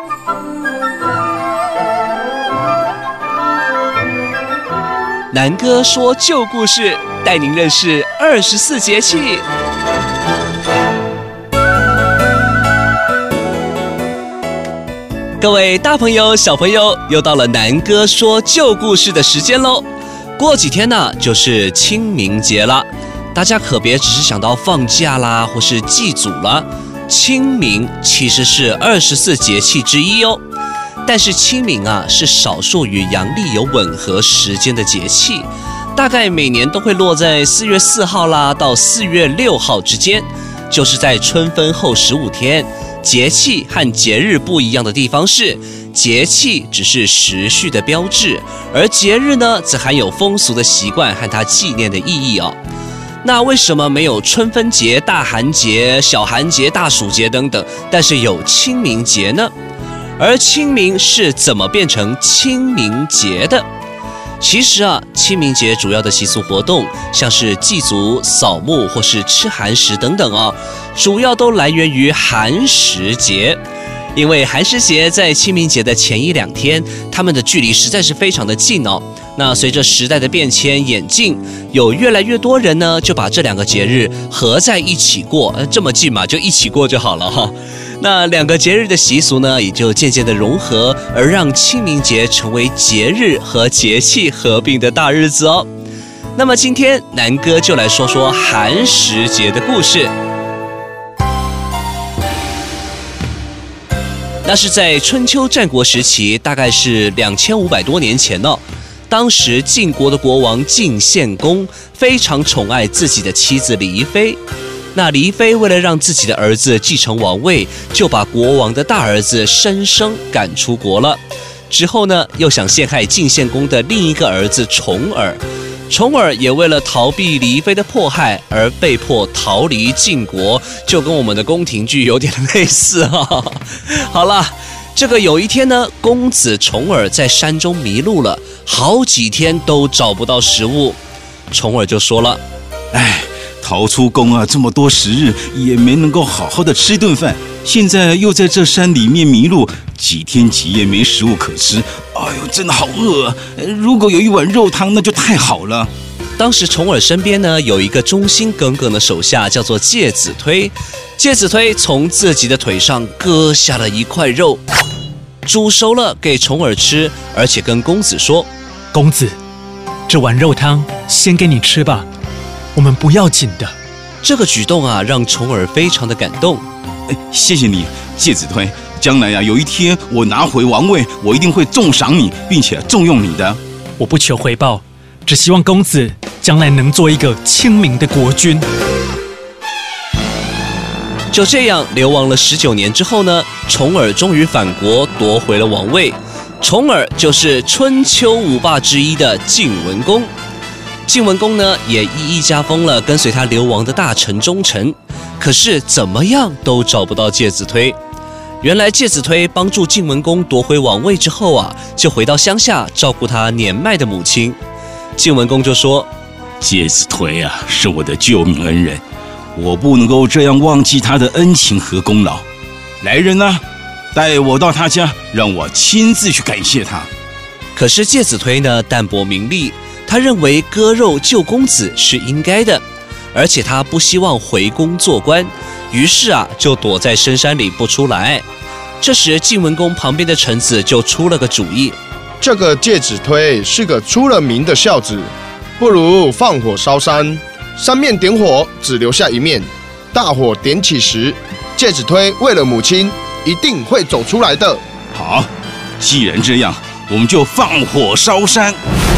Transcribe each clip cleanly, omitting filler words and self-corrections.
南哥说旧故事，带您认识24节气。各位大朋友、小朋友，又到了南哥说旧故事的时间喽。过几天呢，就是清明节了，大家可别只是想到放假啦，或是祭祖了。清明其实是24节气之一哦。但是清明啊，是少数与阳历有吻合时间的节气，大概每年都会落在4月4号啦到4月6号之间，就是在春分后15天。节气和节日不一样的地方是，节气只是时序的标志，而节日呢，则含有风俗的习惯和它纪念的意义哦。那为什么没有春分节、大寒节、小寒节、大暑节等等，但是有清明节呢？而清明是怎么变成清明节的？其实啊，清明节主要的习俗活动，像是祭祖、扫墓或是吃寒食等等哦，主要都来源于寒食节。因为寒食节在清明节的前1、2天，它们的距离实在是非常的近哦。那随着时代的变迁演进，有越来越多人呢，就把这2个节日合在一起过，这么近嘛，就一起过就好了哈。那2个节日的习俗呢，也就渐渐的融合，而让清明节成为节日和节气合并的大日子哦。那么今天南哥就来说说寒食节的故事。那是在春秋战国时期，大概是2500多年前哦。当时晋国的国王晋献公非常宠爱自己的妻子黎妃。那黎妃为了让自己的儿子继承王位，就把国王的大儿子申生赶出国了。之后呢，又想陷害晋献公的另一个儿子重耳。重耳也为了逃避黎妃的迫害而被迫逃离晋国，就跟我们的宫廷剧有点类似哈。好了，这个有一天呢，公子重耳在山中迷路了，好几天都找不到食物。重耳就说了：“ 哎，逃出宫啊，这么多时日也没能够好好的吃顿饭，现在又在这山里面迷路，几天几夜没食物可吃，哎呦，真的好饿啊！如果有一碗肉汤，那就太好了。” 当时重耳身边呢，有一个忠心耿耿的手下，叫做介子推。介子推从自己的腿上割下了一块肉，煮熟了给重耳吃，而且跟公子说：“ 公子，这碗肉汤先给你吃吧，我们不要紧的。” 这个举动啊，让重耳非常的感动。 谢谢你，介子推。将来有一天我拿回王位，我一定会重赏你，并且重用你的。 我不求回报，只希望公子将来能做一个清明的国君。 就这样流亡了19年之后呢，重耳终于返国，夺回了王位。重耳就是春秋5霸之一的晋文公。晋文公呢，也一一加封了跟随他流亡的大臣忠臣，可是怎么样都找不到介子推。原来介子推帮助晋文公夺回王位之后啊，就回到乡下照顾他年迈的母亲。晋文公就说：“ 介子推啊，是我的救命恩人，我不能够这样忘记他的恩情和功劳。来人啊，带我到他家，让我亲自去感谢他。” 可是介子推呢，淡泊名利，他认为割肉救公子是应该的，而且他不希望回宫做官，于是啊，就躲在深山里不出来。这时晋文公旁边的臣子就出了个主意： 这个介子推是个出了名的孝子，不如放火烧山，三面点火，只留下一面。大火点起时，介子推为了母亲，一定会走出来的。 好，既然这样，我们就放火烧山。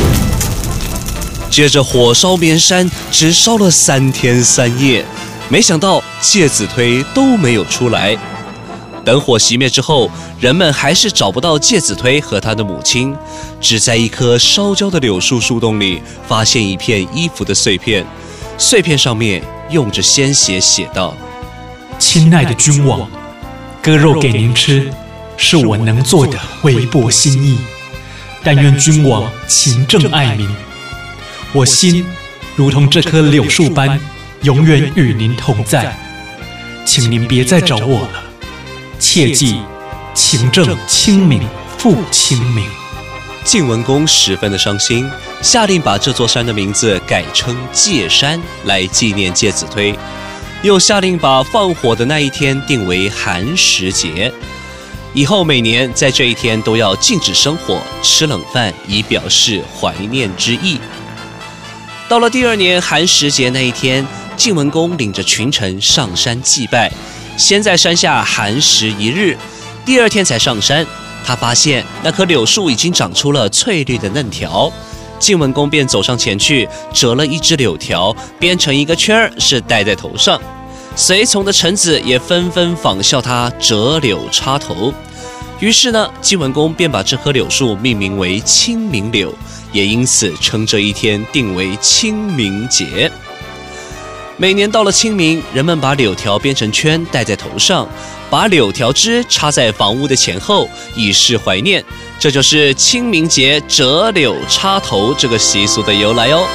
接着火烧绵山，只烧了3天3夜，没想到介子推都没有出来。等火熄灭之后，人们还是找不到介子推和他的母亲，只在一棵烧焦的柳树树洞里发现一片衣服的碎片，碎片上面用着鲜血写道：“ 亲爱的君王，割肉给您吃，是我能做的微薄心意。但愿君王勤政爱民，我心如同这棵柳树般，永远与您同在。请您别再找我了，切记勤政亲民复亲民。 晋文公十分的伤心，下令把这座山的名字改称介山，来纪念介子推。又下令把放火的那一天定为寒食节，以后每年在这一天都要禁止生火、吃冷饭，以表示怀念之意。到了第二年寒食节那一天，晋文公领着群臣上山祭拜，先在山下寒食一日，第二天才上山。他发现那棵柳树已经长出了翠绿的嫩条，晋文公便走上前去，折了一枝柳条，编成一个圈儿，是戴在头上。随从的臣子也纷纷仿效他折柳插头。于是呢，晋文公便把这棵柳树命名为清明柳，也因此称这一天定为清明节。每年到了清明，人们把柳条编成圈戴在头上，把柳条枝插在房屋的前后，以示怀念。这就是清明节折柳插头这个习俗的由来哦。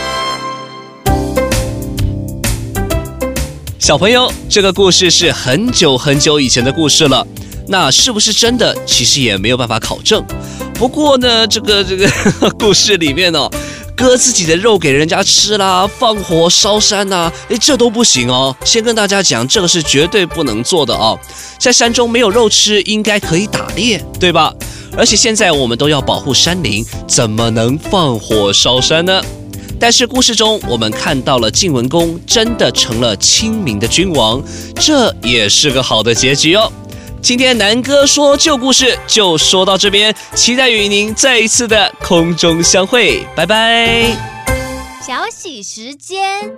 小朋友，这个故事是很久很久以前的故事了，那是不是真的，其实也没有办法考证。不过呢，这个故事里面哦，割自己的肉给人家吃啦，放火烧山呐，这都不行哦。先跟大家讲，这个是绝对不能做的哦。在山中没有肉吃，应该可以打猎，对吧？而且现在我们都要保护山林，怎么能放火烧山呢？但是故事中我们看到了晋文公真的成了亲民的君王，这也是个好的结局哦。今天南哥说旧故事就说到这边，期待与您再一次的空中相会，拜拜。 小喜时间，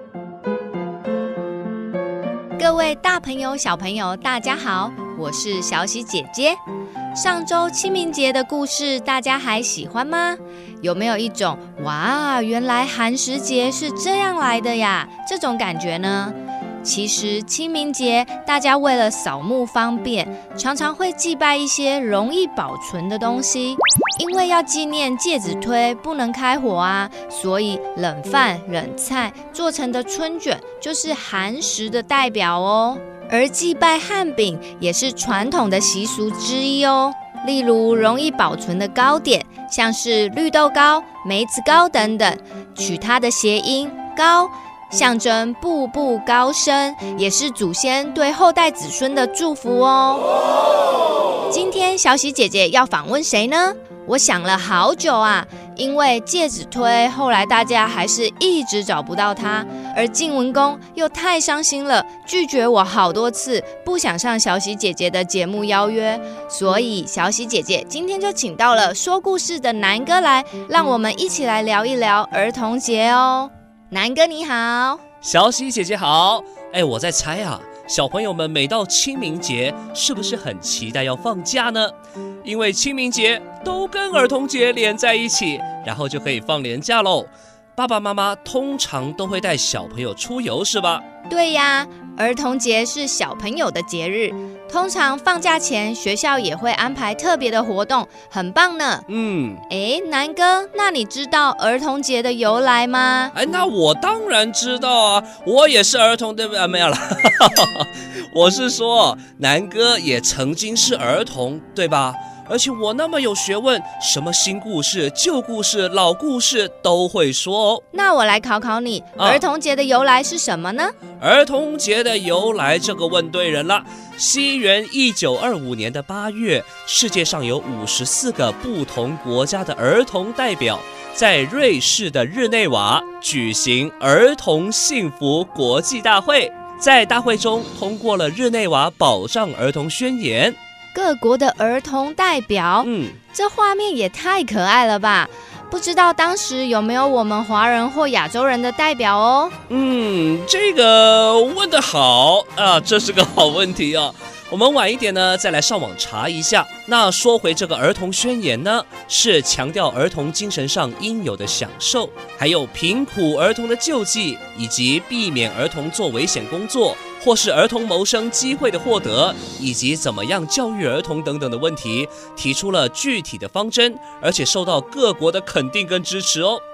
各位大朋友小朋友大家好，我是小喜姐姐。上周清明节的故事大家还喜欢吗？有没有一种哇，原来寒食节是这样来的呀这种感觉呢？其实清明节大家为了扫墓方便，常常会祭拜一些容易保存的东西，因为要纪念介子推不能开火啊，所以冷饭冷菜做成的春卷就是寒食的代表哦。而祭拜汉饼也是传统的习俗之一哦。例如容易保存的糕点，像是绿豆糕、梅子糕等等，取它的谐音高，象征步步高升，也是祖先对后代子孙的祝福哦。今天小喜姐姐要访问谁呢？我想了好久啊，因为介子推后来大家还是一直找不到他，而晋文公又太伤心了，拒绝我好多次，不想上小喜姐姐的节目邀约，所以小喜姐姐今天就请到了说故事的南哥来，让我们一起来聊一聊儿童节哦。南哥你好。 小喜姐姐好。我在猜啊，小朋友们每到清明节是不是很期待要放假呢？因为清明节都跟儿童节连在一起，然后就可以放连假喽。爸爸妈妈通常都会带小朋友出游是吧？ 对呀，儿童节是小朋友的节日，通常放假前学校也会安排特别的活动，很棒呢。南哥，那你知道儿童节的由来吗？ 那我当然知道啊，我也是儿童，对不对？没有啦我是说南哥也曾经是儿童，对吧？而且我那么有学问，什么新故事、旧故事、老故事都会说哦。 那我来考考你，儿童节的由来是什么呢？ 儿童节的由来，这个问对人了。西元1925年的8月，世界上有54个不同国家的儿童代表，在瑞士的日内瓦举行儿童幸福国际大会，在大会中通过了日内瓦保障儿童宣言。 各国的儿童代表，这画面也太可爱了吧！不知道当时有没有我们华人或亚洲人的代表哦？ 这个问得好啊，这是个好问题啊。我们晚一点呢再来上网查一下。那说回这个儿童宣言呢，是强调儿童精神上应有的享受，还有贫苦儿童的救济，以及避免儿童做危险工作，或是儿童谋生机会的获得，以及怎么样教育儿童等等的问题，提出了具体的方针，而且受到各国的肯定跟支持哦。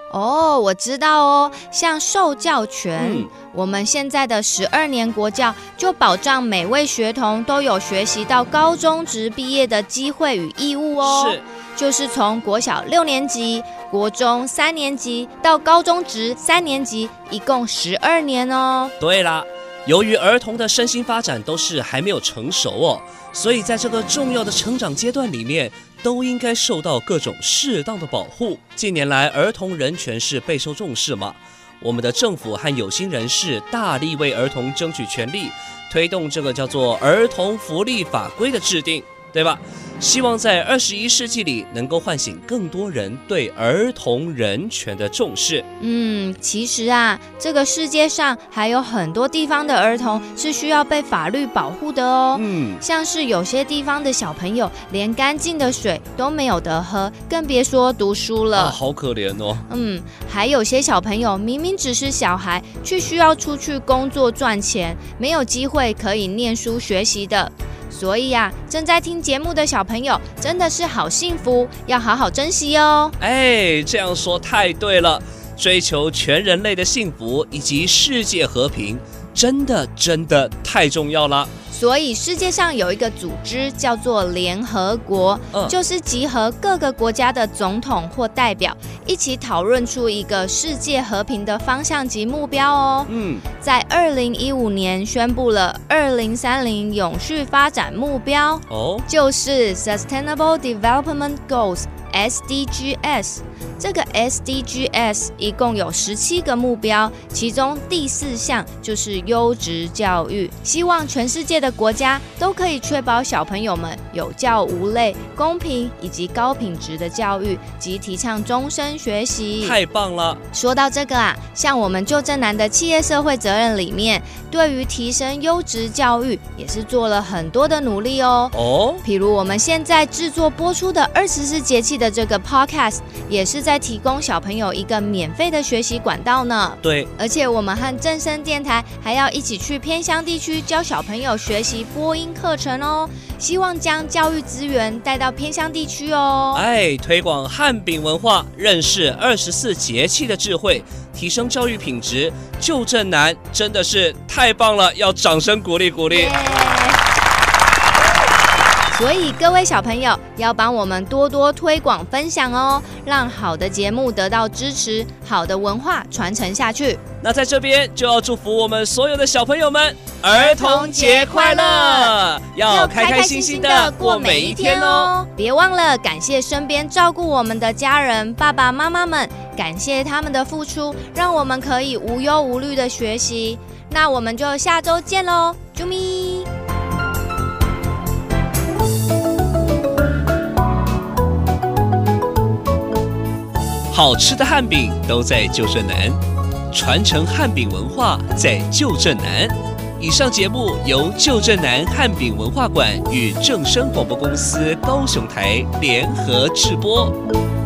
哦，我知道哦，像受教权，我们现在的12年国教就保障每位学童都有学习到高中职毕业的机会与义务哦。 是， 就是从国小6年级、国中3年级到高中职3年级，一共12年哦。 对啦，由于儿童的身心发展都是还没有成熟哦，所以在这个重要的成长阶段里面，都应该受到各种适当的保护。近年来，儿童人权是备受重视嘛，我们的政府和有心人士大力为儿童争取权利，推动这个叫做儿童福利法规的制定，对吧？希望在21世纪里能够唤醒更多人对儿童人权的重视。 其实啊，这个世界上还有很多地方的儿童是需要被法律保护的哦。像是有些地方的小朋友连干净的水都没有得喝，更别说读书了。 好可怜哦。 还有些小朋友明明只是小孩，却需要出去工作赚钱，没有机会可以念书学习的。所以啊，正在听节目的小朋友真的是好幸福，要好好珍惜哦。 这样说太对了，追求全人类的幸福以及世界和平，真的太重要了。 所以世界上有一个组织叫做联合国，就是集合各个国家的总统或代表一起讨论出一个世界和平的方向及目标哦。在2015年宣布了2030永续发展目标，就是 Sustainable Development Goals。SDGs， 这个 SDGs 一共有17个目标，其中第4项就是优质教育，希望全世界的国家都可以确保小朋友们有教无类、公平以及高品质的教育，及提倡终身学习。 太棒了！ 说到这个啊，像我们旧正南的企业社会责任里面，对于提升优质教育也是做了很多的努力哦。譬如我们现在制作播出的24节气的这个 podcast， 也是在提供小朋友一个免费的学习管道呢。 对， 而且我们和正声电台还要一起去偏乡地区教小朋友学习播音课程哦，希望将教育资源带到偏乡地区哦。 推广汉饼文化，认识24节气的智慧，提升教育品质，旧正南真的是太棒了，要掌声鼓励鼓励。 所以各位小朋友要帮我们多多推广分享哦，让好的节目得到支持，好的文化传承下去。 那在这边就要祝福我们所有的小朋友们儿童节快乐，要开开心心的过每一天哦。 别忘了感谢身边照顾我们的家人、爸爸妈妈们，感谢他们的付出，让我们可以无忧无虑的学习。那我们就下周见喽，啾咪！ 好吃的汉饼都在旧正南，传承汉饼文化在旧正南。以上节目由旧正南汉饼文化馆与正声广播公司高雄台联合制播。